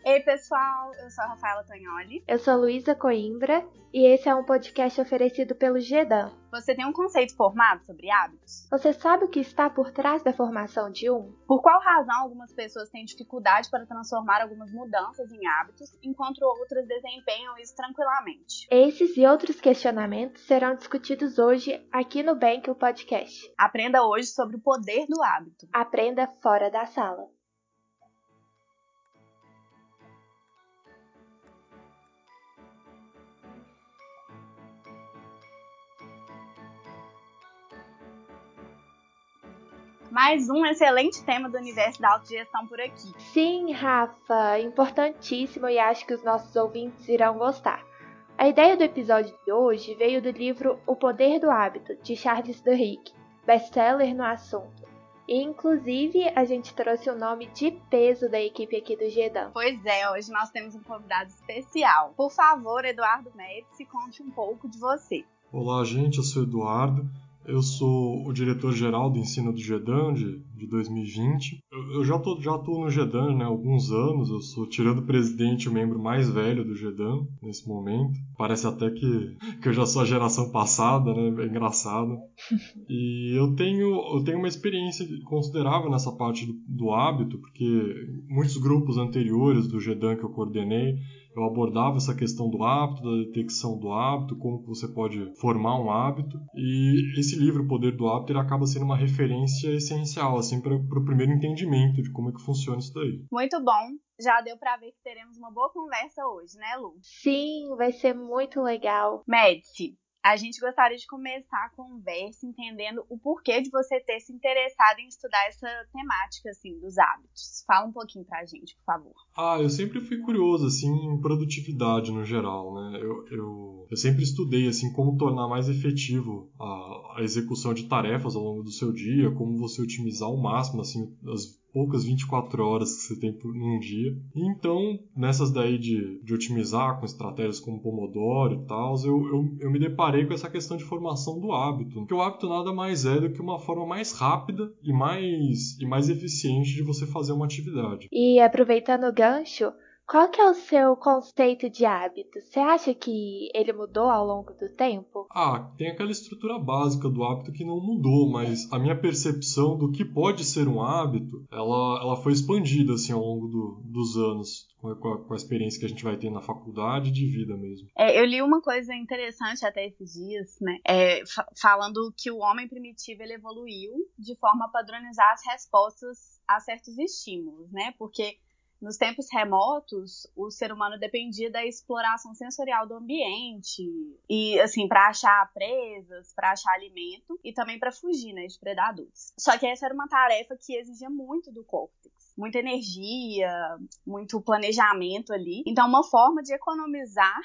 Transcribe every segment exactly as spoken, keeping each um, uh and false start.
Ei pessoal, eu sou a Rafaela Tognoli. Eu sou a Luísa Coimbra e esse é um podcast oferecido pelo GEDAM. Você tem um conceito formado sobre hábitos? Você sabe o que está por trás da formação de um? Por qual razão algumas pessoas têm dificuldade para transformar algumas mudanças em hábitos, enquanto outras desempenham isso tranquilamente? Esses e outros questionamentos serão discutidos hoje aqui no Bank, o podcast. Aprenda hoje sobre o poder do hábito. Aprenda fora da sala. Mais um excelente tema do universo da autogestão por aqui. Sim, Rafa, importantíssimo e acho que os nossos ouvintes irão gostar. A ideia do episódio de hoje veio do livro O Poder do Hábito, de Charles Duhigg, best-seller no assunto. E, inclusive, a gente trouxe o nome de peso da equipe aqui do GEDAM. Pois é, hoje nós temos um convidado especial. Por favor, Eduardo Médici, conte um pouco de você. Olá, gente, eu sou o Eduardo. Eu sou o diretor-geral do ensino do GEDAM de, de dois mil e vinte. Eu, eu já estou já atuo no GEDAM, né, há alguns anos. Eu sou, tirando o presidente, o membro mais velho do GEDAM nesse momento. Parece até que, que eu já sou a geração passada, né? É engraçado. E eu tenho, eu tenho uma experiência considerável nessa parte do, do hábito, porque muitos grupos anteriores do GEDAM que eu coordenei, eu abordava essa questão do hábito, da detecção do hábito, como você pode formar um hábito. E esse livro, O Poder do Hábito, ele acaba sendo uma referência essencial assim, para o primeiro entendimento de como é que funciona isso daí. Muito bom. Já deu para ver que teremos uma boa conversa hoje, né, Lu? Sim, vai ser muito legal. Médici, a gente gostaria de começar a conversa entendendo o porquê de você ter se interessado em estudar essa temática, assim, dos hábitos. Fala um pouquinho pra gente, por favor. Ah, eu sempre fui curioso, assim, em produtividade no geral, né? Eu, eu, eu sempre estudei, assim, como tornar mais efetivo a, a execução de tarefas ao longo do seu dia, como você otimizar ao máximo, assim, as poucas vinte e quatro horas que você tem por num dia. E então, nessas daí de, de otimizar com estratégias como Pomodoro e tal, eu, eu, eu me deparei com essa questão de formação do hábito. Porque o hábito nada mais é do que uma forma mais rápida e mais, e mais eficiente de você fazer uma atividade. E aproveitando o gancho, qual que é o seu conceito de hábito? Você acha que ele mudou ao longo do tempo? Ah, tem aquela estrutura básica do hábito que não mudou, mas a minha percepção do que pode ser um hábito, ela, ela foi expandida assim ao longo do, dos anos, com a, com a experiência que a gente vai ter na faculdade e de vida mesmo. É, eu li uma coisa interessante até esses dias, né? É, fa- falando que o homem primitivo ele evoluiu de forma a padronizar as respostas a certos estímulos, né? Porque nos tempos remotos, o ser humano dependia da exploração sensorial do ambiente e, assim, para achar presas, para achar alimento e também para fugir, né, de predadores. Só que essa era uma tarefa que exigia muito do córtex, muita energia, muito planejamento ali. Então, uma forma de economizar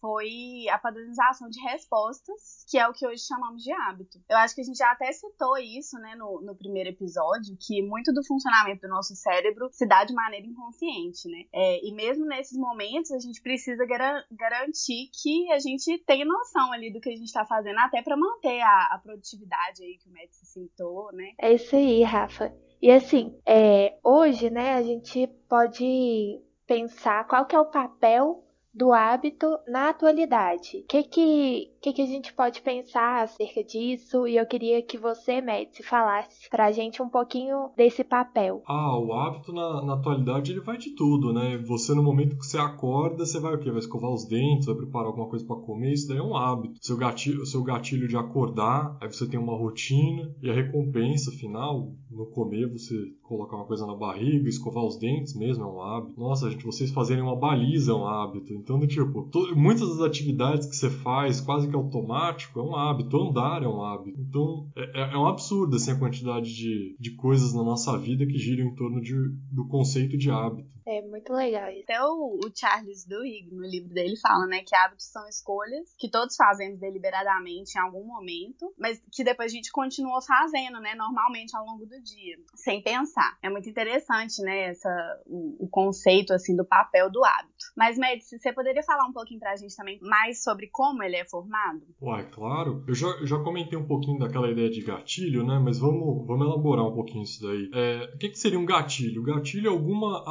foi a padronização de respostas, que é o que hoje chamamos de hábito. Eu acho que a gente já até citou isso, né, no, no primeiro episódio, que muito do funcionamento do nosso cérebro se dá de maneira inconsciente, né? É, e mesmo nesses momentos, a gente precisa gar- garantir que a gente tenha noção ali do que a gente está fazendo, até para manter a, a produtividade aí que o Médici citou, né? É isso aí, Rafa. E assim, é, hoje, né, a gente pode pensar qual que é o papel do hábito na atualidade. O que que, que que a gente pode pensar acerca disso? E eu queria que você, Médici, falasse pra gente um pouquinho desse papel. Ah, o hábito na, na atualidade ele vai de tudo, né? Você no momento que você acorda, você vai o quê? Vai escovar os dentes, vai preparar alguma coisa para comer, isso daí é um hábito. Seu gatilho, seu gatilho de acordar, aí você tem uma rotina e a recompensa final, no comer você colocar uma coisa na barriga, escovar os dentes mesmo é um hábito. Nossa, gente, vocês fazerem uma baliza é um hábito. Então, do tipo, to, muitas das atividades que você faz quase que automático é um hábito, andar é um hábito. Então, é, é um absurdo assim, a quantidade de, de coisas na nossa vida que giram em torno de, do conceito de hábito. É muito legal isso. Até o, o Charles Duhigg, no livro dele, fala, né, que hábitos são escolhas que todos fazemos deliberadamente em algum momento, mas que depois a gente continua fazendo, né, normalmente ao longo do dia, sem pensar. É muito interessante, né, essa, o, o conceito, assim, do papel do hábito. Mas, Médici, você poderia falar um pouquinho pra gente também mais sobre como ele é formado? Ué, claro. Eu já, eu já comentei um pouquinho daquela ideia de gatilho, né, mas vamos, vamos elaborar um pouquinho isso daí. É, o que, que seria um gatilho? O gatilho é alguma ação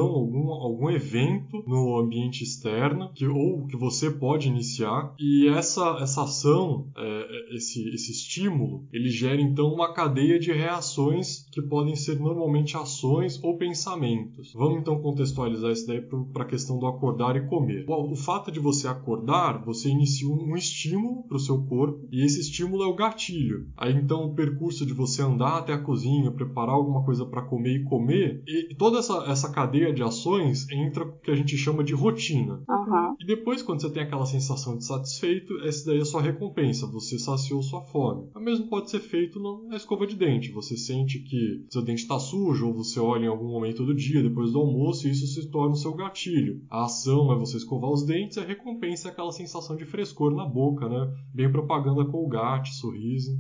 ação, algum, algum evento no ambiente externo, que, ou que você pode iniciar, e essa, essa ação, é, esse, esse estímulo, ele gera então uma cadeia de reações que podem ser normalmente ações ou pensamentos. Vamos então contextualizar isso daí para a questão do acordar e comer. O, o fato de você acordar, você inicia um, um estímulo para o seu corpo, e esse estímulo é o gatilho. Aí então o percurso de você andar até a cozinha, preparar alguma coisa para comer e comer, e toda essa, essa cadeia de ações entra o que a gente chama de rotina. Uhum. E depois, quando você tem aquela sensação de satisfeito, essa daí é a sua recompensa, você saciou sua fome. O mesmo pode ser feito na escova de dente. Você sente que seu dente está sujo, ou você olha em algum momento do dia, depois do almoço, e isso se torna o seu gatilho. A ação é você escovar os dentes, e a recompensa é aquela sensação de frescor na boca, né? Bem propaganda Colgate, sorriso.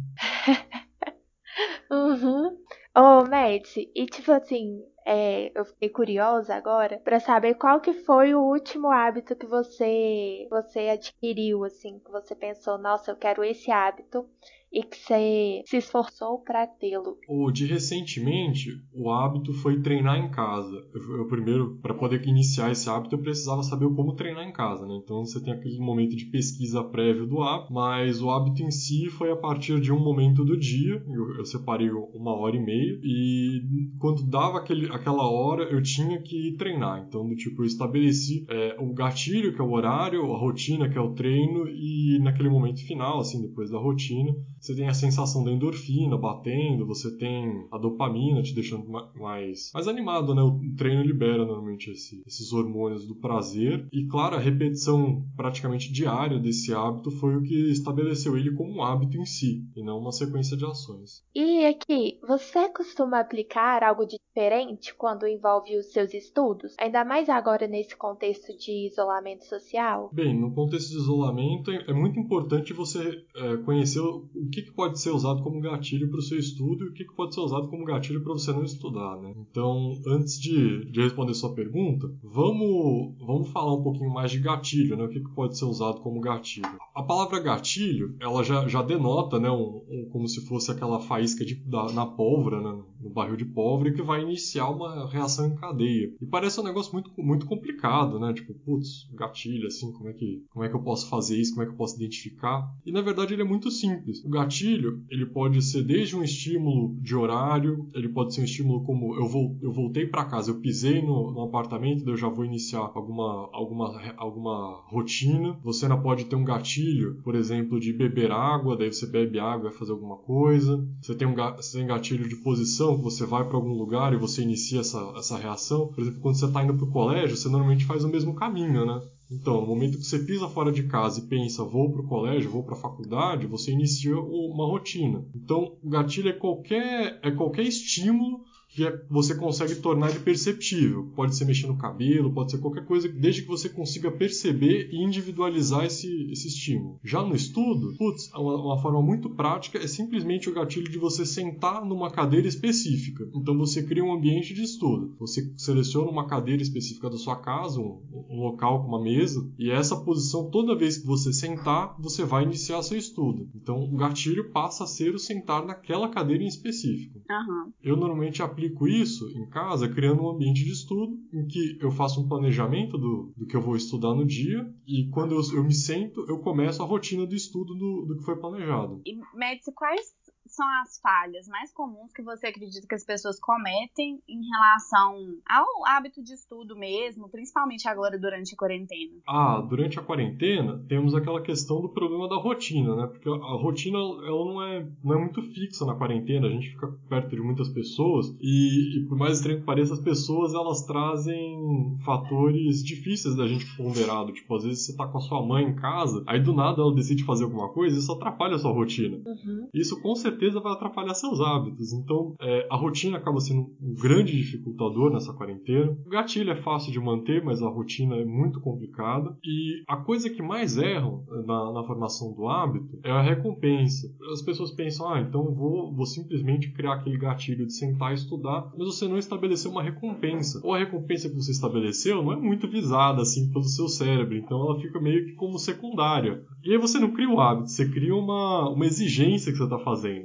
Uhum. Ô, Mads, e tipo assim, é, eu fiquei curiosa agora pra saber qual que foi o último hábito que você você adquiriu, assim, que você pensou, nossa, eu quero esse hábito e que você se esforçou pra tê-lo. O de recentemente, o hábito foi treinar em casa. Eu, eu primeiro, para poder iniciar esse hábito, eu precisava saber como treinar em casa, né? Então você tem aquele momento de pesquisa prévio do hábito, mas o hábito em si foi a partir de um momento do dia. Eu, eu separei uma hora e meia e quando dava aquele, aquela hora eu tinha que treinar. Então, do tipo, eu estabeleci é, o gatilho, que é o horário, a rotina, que é o treino, e naquele momento final, assim, depois da rotina, você tem a sensação da endorfina batendo, você tem a dopamina te deixando mais, mais animado, né? O treino libera normalmente esse, esses hormônios do prazer. E, claro, a repetição praticamente diária desse hábito foi o que estabeleceu ele como um hábito em si, e não uma sequência de ações. E aqui, você costuma aplicar algo de diferente quando envolve os seus estudos? Ainda mais agora nesse contexto de isolamento social? Bem, no contexto de isolamento, é muito importante você é, conhecer o, o que, que pode ser usado como gatilho para o seu estudo e o que, que pode ser usado como gatilho para você não estudar, né? Então, antes de, de responder sua pergunta, vamos, vamos falar um pouquinho mais de gatilho, né? O que, que pode ser usado como gatilho. A palavra gatilho, ela já, já denota, né, um, um, como se fosse aquela faísca de, da, na pólvora, né, no barril de pólvora, que vai iniciar uma reação em cadeia. E parece um negócio muito, muito complicado, né? Tipo, putz, gatilho, assim, como é, que, como é que eu posso fazer isso? Como é que eu posso identificar? E, na verdade, ele é muito simples. O gatilho, ele pode ser desde um estímulo de horário, ele pode ser um estímulo como eu, vou, eu voltei para casa, eu pisei no, no apartamento, daí eu já vou iniciar alguma, alguma, alguma rotina. Você ainda pode ter um gatilho, por exemplo, de beber água, daí você bebe água e vai fazer alguma coisa. Você tem um você tem gatilho de posição, que você vai para algum lugar e você inicia essa, essa reação. Por exemplo, quando você está indo para o colégio, você normalmente faz o mesmo caminho, né? Então, no momento que você pisa fora de casa e pensa, vou para o colégio, vou para a faculdade, você inicia uma rotina. Então, o gatilho é qualquer, é qualquer estímulo que você consegue tornar ele perceptível. Pode ser mexer no cabelo, pode ser qualquer coisa, desde que você consiga perceber e individualizar esse, esse estímulo. Já no estudo, putz, uma, uma forma muito prática é simplesmente o gatilho de você sentar numa cadeira específica. Então você cria um ambiente de estudo. Você seleciona uma cadeira específica da sua casa, um, um local com uma mesa, e essa posição, toda vez que você sentar, você vai iniciar seu estudo. Então o gatilho passa a ser o sentar naquela cadeira em específico. Uhum. Eu normalmente aplico isso em casa, criando um ambiente de estudo em que eu faço um planejamento do, do que eu vou estudar no dia, e quando eu, eu me sento, eu começo a rotina do estudo do, do que foi planejado. E, Mads, quais são as falhas mais comuns que você acredita que as pessoas cometem em relação ao hábito de estudo mesmo, principalmente agora durante a quarentena? Ah, durante a quarentena temos aquela questão do problema da rotina, né? Porque a rotina ela não é, não é muito fixa na quarentena, a gente fica perto de muitas pessoas e, e por mais estranho que pareça, as pessoas elas trazem fatores difíceis da gente ponderar, tipo, às vezes você tá com a sua mãe em casa, aí do nada ela decide fazer alguma coisa e isso atrapalha a sua rotina. Uhum. Isso com certeza vai atrapalhar seus hábitos. Então, é, a rotina acaba sendo um grande dificultador nessa quarentena. O gatilho é fácil de manter, mas a rotina é muito complicada. E a coisa que mais erram na, na formação do hábito é a recompensa. As pessoas pensam, ah, então eu vou, vou simplesmente criar aquele gatilho de sentar e estudar, mas você não estabeleceu uma recompensa. Ou a recompensa que você estabeleceu não é muito visada assim pelo seu cérebro, então ela fica meio que como secundária. E aí você não cria o hábito, você cria uma, uma exigência que você está fazendo.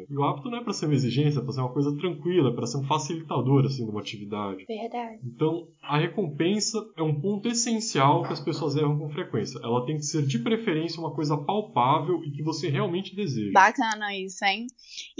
E o hábito não é para ser uma exigência, é para ser uma coisa tranquila, é para ser um facilitador assim, de uma atividade. Verdade. Então, a recompensa é um ponto essencial que as pessoas erram com frequência. Ela tem que ser, de preferência, uma coisa palpável e que você realmente deseja. Bacana isso, hein?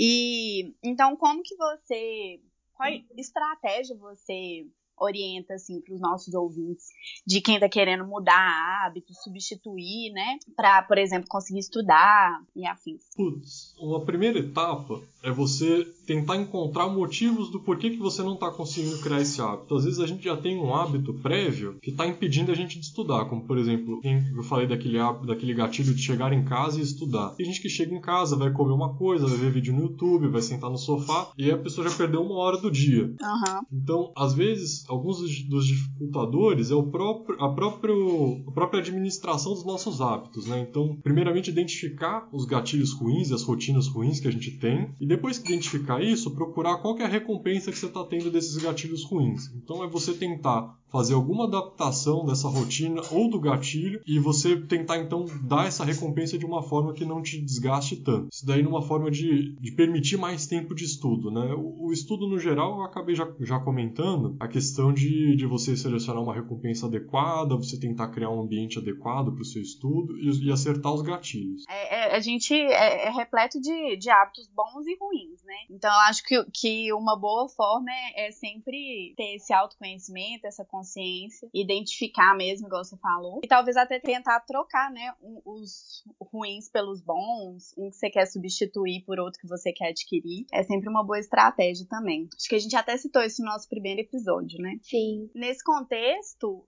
E, então, como que você... Qual estratégia você orienta, assim, para os nossos ouvintes de quem está querendo mudar hábito, substituir, né? Para, por exemplo, conseguir estudar e afins. Putz, uma primeira etapa é você tentar encontrar motivos do porquê que você não está conseguindo criar esse hábito. Às vezes a gente já tem um hábito prévio que está impedindo a gente de estudar, como por exemplo, eu falei daquele, daquele gatilho de chegar em casa e estudar. Tem gente que chega em casa, vai comer uma coisa, vai ver vídeo no YouTube, vai sentar no sofá e aí a pessoa já perdeu uma hora do dia. Uhum. Então, às vezes, alguns dos dificultadores é o próprio, a, próprio, a própria administração dos nossos hábitos, né? Então, primeiramente, identificar os gatilhos ruins e as rotinas ruins que a gente tem, e depois que identificar isso, procurar qual que é a recompensa que você está tendo desses gatilhos ruins. Então, é você tentar fazer alguma adaptação dessa rotina ou do gatilho e você tentar, então, dar essa recompensa de uma forma que não te desgaste tanto. Isso daí numa forma de, de permitir mais tempo de estudo, né? O, o estudo, no geral, eu acabei já, já comentando a questão de, de você selecionar uma recompensa adequada, você tentar criar um ambiente adequado para o seu estudo e, e acertar os gatilhos. É, é, a gente é, é repleto de, de hábitos bons e ruins, né? Então, eu acho que, que uma boa forma é, é sempre ter esse autoconhecimento, essa consciência, identificar mesmo, igual você falou, e talvez até tentar trocar, né, os ruins pelos bons, um que você quer substituir por outro que você quer adquirir. É sempre uma boa estratégia também. Acho que a gente até citou isso no nosso primeiro episódio, né? Sim. Nesse contexto,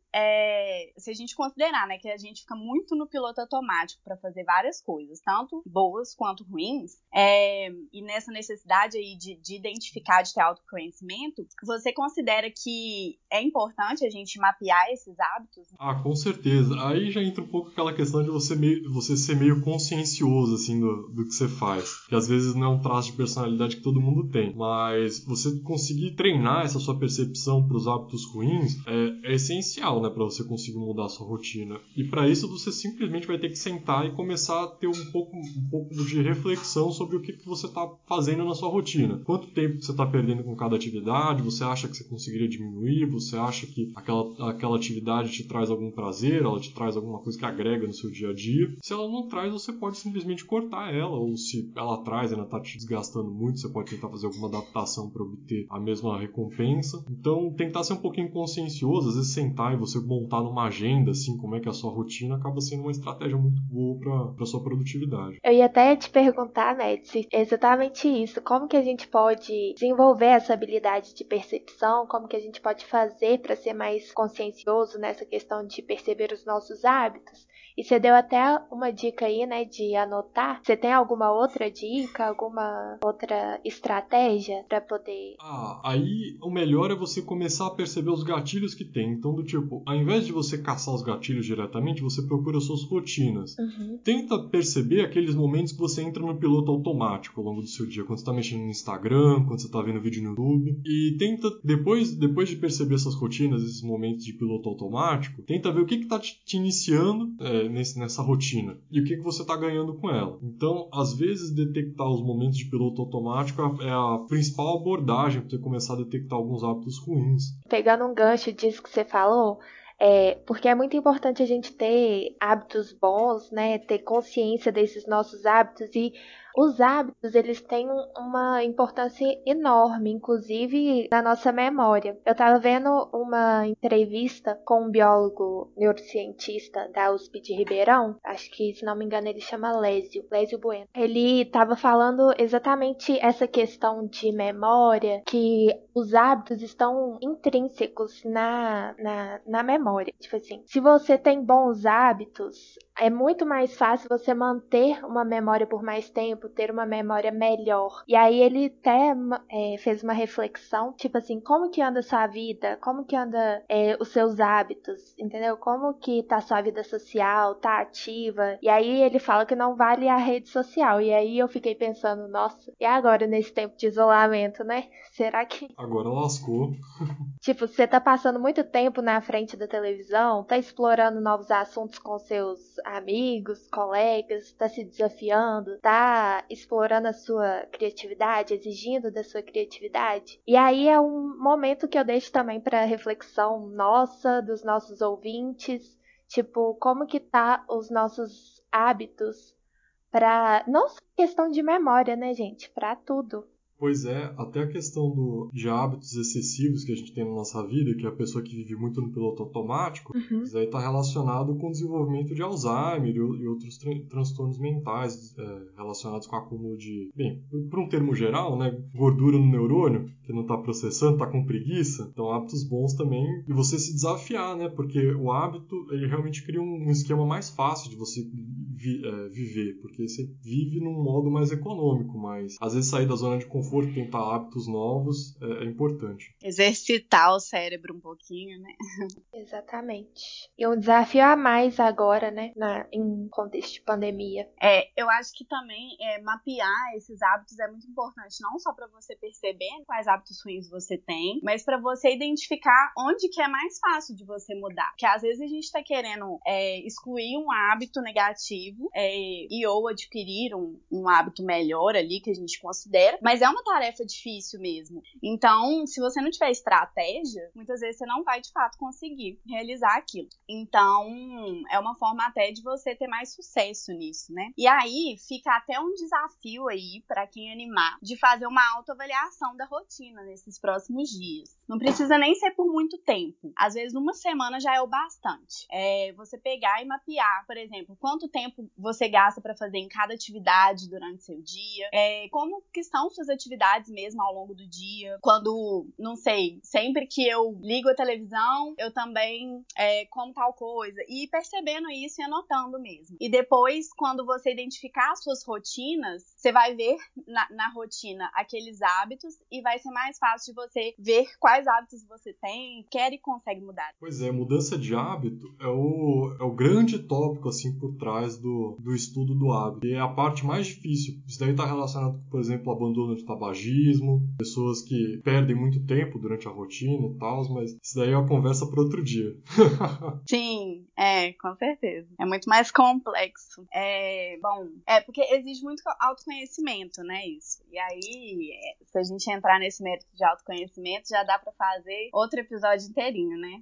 é, se a gente considerar, né, que a gente fica muito no piloto automático para fazer várias coisas, tanto boas quanto ruins, é, e nessa necessidade aí de, de identificar, de ter autoconhecimento, você considera que é importante a gente mapear esses hábitos? Ah, com certeza. Aí já entra um pouco aquela questão de você, meio, você ser meio consciencioso, assim, do, do que você faz. Que às vezes não é um traço de personalidade que todo mundo tem, mas você conseguir treinar essa sua percepção para os hábitos ruins é, é essencial, né, para você conseguir mudar a sua rotina. E para isso você simplesmente vai ter que sentar e começar a ter um pouco, um pouco de reflexão sobre o que, que você está fazendo na sua rotina. Quanto tempo você está perdendo com cada atividade? Você acha que você conseguiria diminuir? Você acha que aquela, aquela atividade te traz algum prazer? Ela te traz alguma coisa que agrega no seu dia a dia? Se ela não traz, você pode simplesmente cortar ela. Ou se ela traz e ainda está te desgastando muito, você pode tentar fazer alguma adaptação para obter a mesma recompensa. Então, tentar ser um pouquinho consciencioso, às vezes sentar e você montar numa agenda, assim, como é que é a sua rotina, acaba sendo uma estratégia muito boa para a sua produtividade. Eu ia até te perguntar, Médici, exatamente isso. Como que a gente pode desenvolver essa habilidade de percepção? Como que a gente pode fazer para ser mais consciencioso nessa questão de perceber os nossos hábitos? E você deu até uma dica aí, né, de anotar. Você tem alguma outra dica, alguma outra estratégia para poder... Ah, aí o melhor é você começar a perceber os gatilhos que tem. Então, do tipo, ao invés de você caçar os gatilhos diretamente, você procura as suas rotinas. Uhum. Tenta perceber aqueles momentos que você entra no piloto automático ao longo do seu dia. Quando você está mexendo no Instagram, quando você está vendo vídeo no YouTube. E tenta, depois, depois de perceber essas rotinas, esses momentos de piloto automático, tenta ver o que está te, te iniciando é, nesse, nessa rotina. E o que, que você está ganhando com ela. Então, às vezes, detectar os momentos de piloto automático é a principal abordagem para você começar a detectar alguns hábitos ruins. Pegando um gancho disso que você falou, é, porque é muito importante a gente ter hábitos bons, né? Ter consciência desses nossos hábitos e os hábitos, eles têm uma importância enorme, inclusive na nossa memória. Eu estava vendo uma entrevista com um biólogo neurocientista da U S P de Ribeirão, acho que, se não me engano, ele chama Lésio, Lésio Bueno. Ele estava falando exatamente essa questão de memória, que os hábitos estão intrínsecos na, na, na memória. Tipo assim, se você tem bons hábitos, é muito mais fácil você manter uma memória por mais tempo, ter uma memória melhor. E aí ele até é, fez uma reflexão, tipo assim, como que anda a sua vida? Como que anda é, os seus hábitos? Entendeu? Como que tá a sua vida social? Tá ativa? E aí ele fala que não vale a rede social. E aí eu fiquei pensando, nossa, e agora nesse tempo de isolamento, né? Será que... Agora lascou. Tipo, você tá passando muito tempo na frente da televisão, tá explorando novos assuntos com seus amigos, colegas, está se desafiando, está explorando a sua criatividade, exigindo da sua criatividade. E aí é um momento que eu deixo também para reflexão nossa, dos nossos ouvintes, tipo, como que tá os nossos hábitos para não só questão de memória, né, gente, para tudo. Pois é, até a questão do, de hábitos excessivos que a gente tem na nossa vida, que é a pessoa que vive muito no piloto automático, Uhum. isso aí está relacionado com o desenvolvimento de Alzheimer e, e outros tran- transtornos mentais é, relacionados com o acúmulo de... Bem, por um termo geral, né, gordura no neurônio, que não está processando, está com preguiça. Então, hábitos bons também. E você se desafiar, né, porque o hábito, ele realmente cria um, um esquema mais fácil de você vi, é, viver, porque você vive num modo mais econômico, mas às vezes sair da zona de conforto, tentar hábitos novos é, é importante. Exercitar o cérebro um pouquinho, né? Exatamente. E um desafio a mais agora, né, na, em contexto de pandemia. É, eu acho que também é, mapear esses hábitos é muito importante, não só para você perceber quais hábitos ruins você tem, mas para você identificar onde que é mais fácil de você mudar. Porque às vezes a gente tá querendo é, excluir um hábito negativo é, e ou adquirir um, um hábito melhor ali que a gente considera, mas é uma tarefa difícil mesmo. Então, se você não tiver estratégia, muitas vezes você não vai de fato conseguir realizar aquilo. Então, é uma forma até de você ter mais sucesso nisso, né? E aí, fica até um desafio aí pra quem animar de fazer uma autoavaliação da rotina nesses próximos dias. Não precisa nem ser por muito tempo. Às vezes, uma semana já é o bastante. É você pegar e mapear, por exemplo, quanto tempo você gasta pra fazer em cada atividade durante seu dia, é, como que são suas atividades mesmo ao longo do dia. Quando, não sei, sempre que eu ligo a televisão, eu também é, como tal coisa. E percebendo isso e anotando mesmo. E depois, quando você identificar as suas rotinas, você vai ver na, na rotina aqueles hábitos e vai ser mais fácil de você ver quais hábitos você tem, quer e consegue mudar. Pois é, mudança de hábito é o, é o grande tópico assim por trás do, do estudo do hábito. E é a parte mais difícil. Isso daí está relacionado, por exemplo, ao abandono de tabagismo, pessoas que perdem muito tempo durante a rotina e tal, mas isso daí é uma conversa para outro dia. Sim, é, com certeza. É muito mais complexo. É, bom, é porque exige muito autoconhecimento, né, isso. E aí, é, se a gente entrar nesse mérito de autoconhecimento, já dá pra fazer outro episódio inteirinho, né?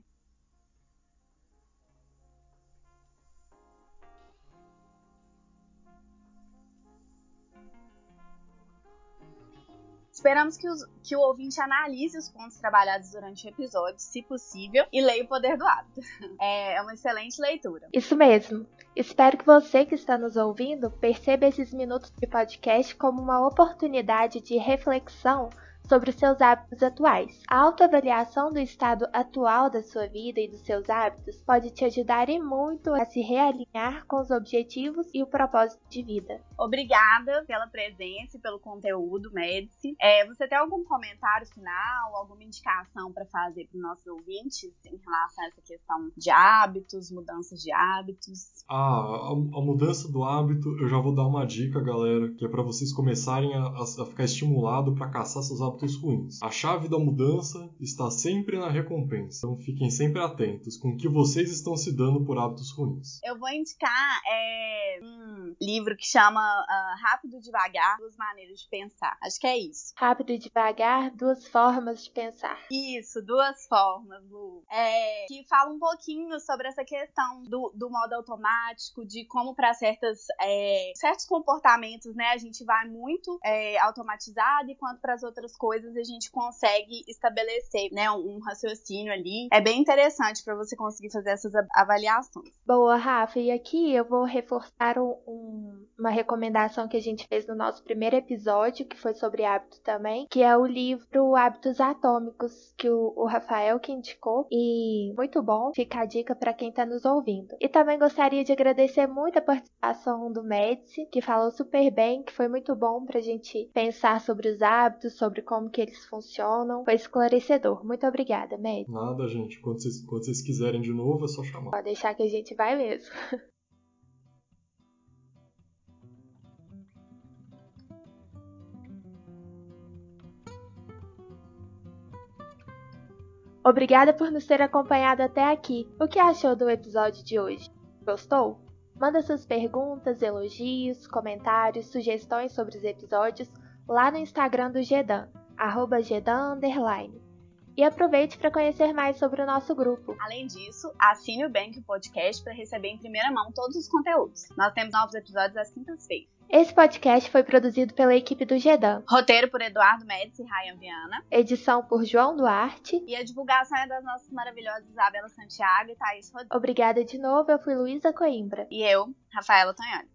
Esperamos que, os, que o ouvinte analise os pontos trabalhados durante o episódio, se possível, e leia O Poder do Hábito. É uma excelente leitura. Isso mesmo. Espero que você que está nos ouvindo perceba esses minutos de podcast como uma oportunidade de reflexão sobre os seus hábitos atuais. A autoavaliação do estado atual da sua vida e dos seus hábitos pode te ajudar e muito a se realinhar com os objetivos e o propósito de vida. Obrigada pela presença e pelo conteúdo, Médici. É, você tem algum comentário final, alguma indicação para fazer para os nossos ouvintes em relação a essa questão de hábitos, mudanças de hábitos? Ah, a, a mudança do hábito, eu já vou dar uma dica, galera, que é para vocês começarem a, a ficar estimulado para caçar seus hábitos ruins. A chave da mudança está sempre na recompensa, então fiquem sempre atentos com o que vocês estão se dando por hábitos ruins. Eu vou indicar é, um livro que chama uh, Rápido e Devagar, Duas Maneiras de Pensar. Acho que é isso. Rápido e Devagar, Duas Formas de Pensar. Isso, Duas Formas, Lu. É, que fala um pouquinho sobre essa questão do, do modo automático, de como para certas é, certos comportamentos, né, a gente vai muito é, automatizado, e quanto para as outras coisas a gente consegue estabelecer, né, um, um raciocínio ali. É bem interessante para você conseguir fazer essas avaliações. Boa, Rafa. E aqui eu vou reforçar um, um, uma recomendação que a gente fez no nosso primeiro episódio, que foi sobre hábito também, que é o livro Hábitos Atômicos, que o, o Rafael que indicou. E muito bom, fica a dica para quem está nos ouvindo. E também gostaria de agradecer muito a participação do Médici, que falou super bem, que foi muito bom para a gente pensar sobre os hábitos, sobre como que eles funcionam. Foi esclarecedor. Muito obrigada, Médici. Nada, gente. Quando vocês, quando vocês quiserem de novo, é só chamar. Pode deixar que a gente vai mesmo. Obrigada por nos ter acompanhado até aqui. O que achou do episódio de hoje? Gostou? Manda suas perguntas, elogios, comentários, sugestões sobre os episódios lá no Instagram do Gedan, arroba Gedan underline. E aproveite para conhecer mais sobre o nosso grupo. Além disso, assine o Bank Podcast para receber em primeira mão todos os conteúdos. Nós temos novos episódios às quintas-feiras. Esse podcast foi produzido pela equipe do Gedan. Roteiro por Eduardo Médici e Ryan Viana. Edição por João Duarte. E a divulgação é das nossas maravilhosas Isabela Santiago e Thaís Rodrigues. Obrigada de novo, eu fui Luísa Coimbra. E eu, Rafaela Tonholi.